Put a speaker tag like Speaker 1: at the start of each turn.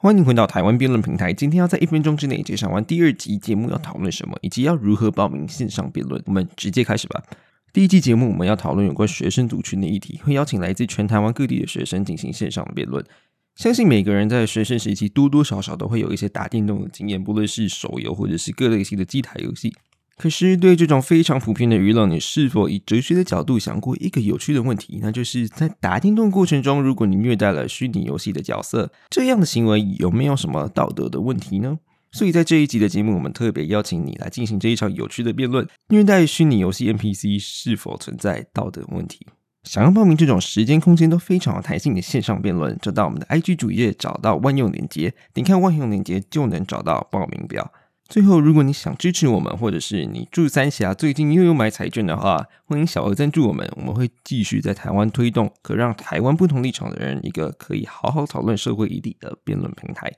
Speaker 1: 欢迎回到台湾辩论平台，今天要在1分钟之内介绍完第2集节目要讨论什么，以及要如何报名线上辩论。我们直接开始吧。第1季节目我们要讨论有关学生族群的议题，会邀请来自全台湾各地的学生进行线上的辩论。相信每个人在学生时期多多少少都会有一些打电动的经验，不论是手游或者是各类型的机台游戏。可是对这种非常普遍的娱乐，你是否以哲学的角度想过一个有趣的问题，那就是在打电动过程中，如果你虐待了虚拟游戏的角色，这样的行为有没有什么道德的问题呢？所以在这一集的节目，我们特别邀请你来进行这一场有趣的辩论，虐待虚拟游戏 NPC 是否存在道德问题。想要报名这种时间空间都非常有弹性的线上辩论，就到我们的 IG 主页找到万用连结，点开万用连结就能找到报名表。最后，如果你想支持我们，或者是你住三峡最近又有买彩券的话，欢迎小额赞助我们，我们会继续在台湾推动可让台湾不同立场的人一个可以好好讨论社会议题的辩论平台。